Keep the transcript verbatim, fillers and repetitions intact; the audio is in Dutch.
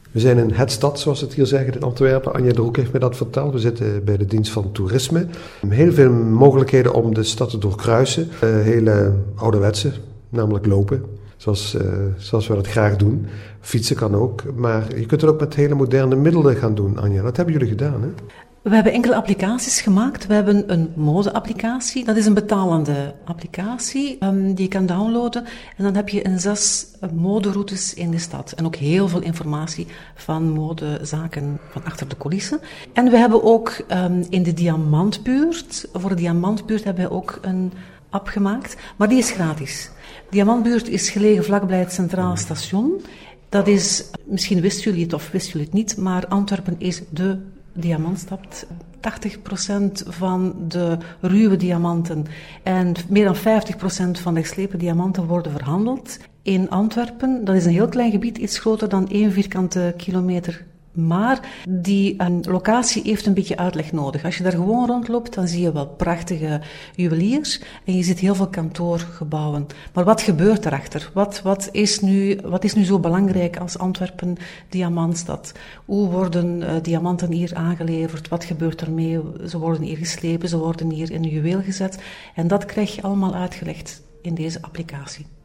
We zijn in het stad, zoals ze het hier zeggen, in Antwerpen. Anja de Roek heeft mij dat verteld. We zitten bij de dienst van toerisme. Heel veel mogelijkheden om de stad te doorkruisen. Uh, hele ouderwetse, namelijk lopen. Zoals, uh, zoals we dat graag doen. Fietsen kan ook. Maar je kunt het ook met hele moderne middelen gaan doen, Anja. Dat hebben jullie gedaan, hè? We hebben enkele applicaties gemaakt. We hebben een mode-applicatie. Dat is een betalende applicatie um, die je kan downloaden. En dan heb je een zes moderoutes in de stad. En ook heel veel informatie van modezaken van achter de coulissen. En we hebben ook um, in de Diamantbuurt, voor de Diamantbuurt hebben we ook een app gemaakt. Maar die is gratis. Diamantbuurt is gelegen vlakbij het Centraal Station. Dat is, misschien wisten jullie het of wisten jullie het niet, maar Antwerpen is de diamantstad. tachtig procent van de ruwe diamanten en meer dan vijftig procent van de geslepen diamanten worden verhandeld in Antwerpen. Dat is een heel klein gebied, iets groter dan één vierkante kilometer. Maar die een locatie heeft een beetje uitleg nodig. Als je daar gewoon rondloopt, dan zie je wel prachtige juweliers en je ziet heel veel kantoorgebouwen. Maar wat gebeurt erachter? Wat, wat, is, nu, wat is nu zo belangrijk als Antwerpen diamantstad? Hoe worden uh, diamanten hier aangeleverd? Wat gebeurt ermee? Ze worden hier geslepen, ze worden hier in een juweel gezet. En dat krijg je allemaal uitgelegd in deze applicatie.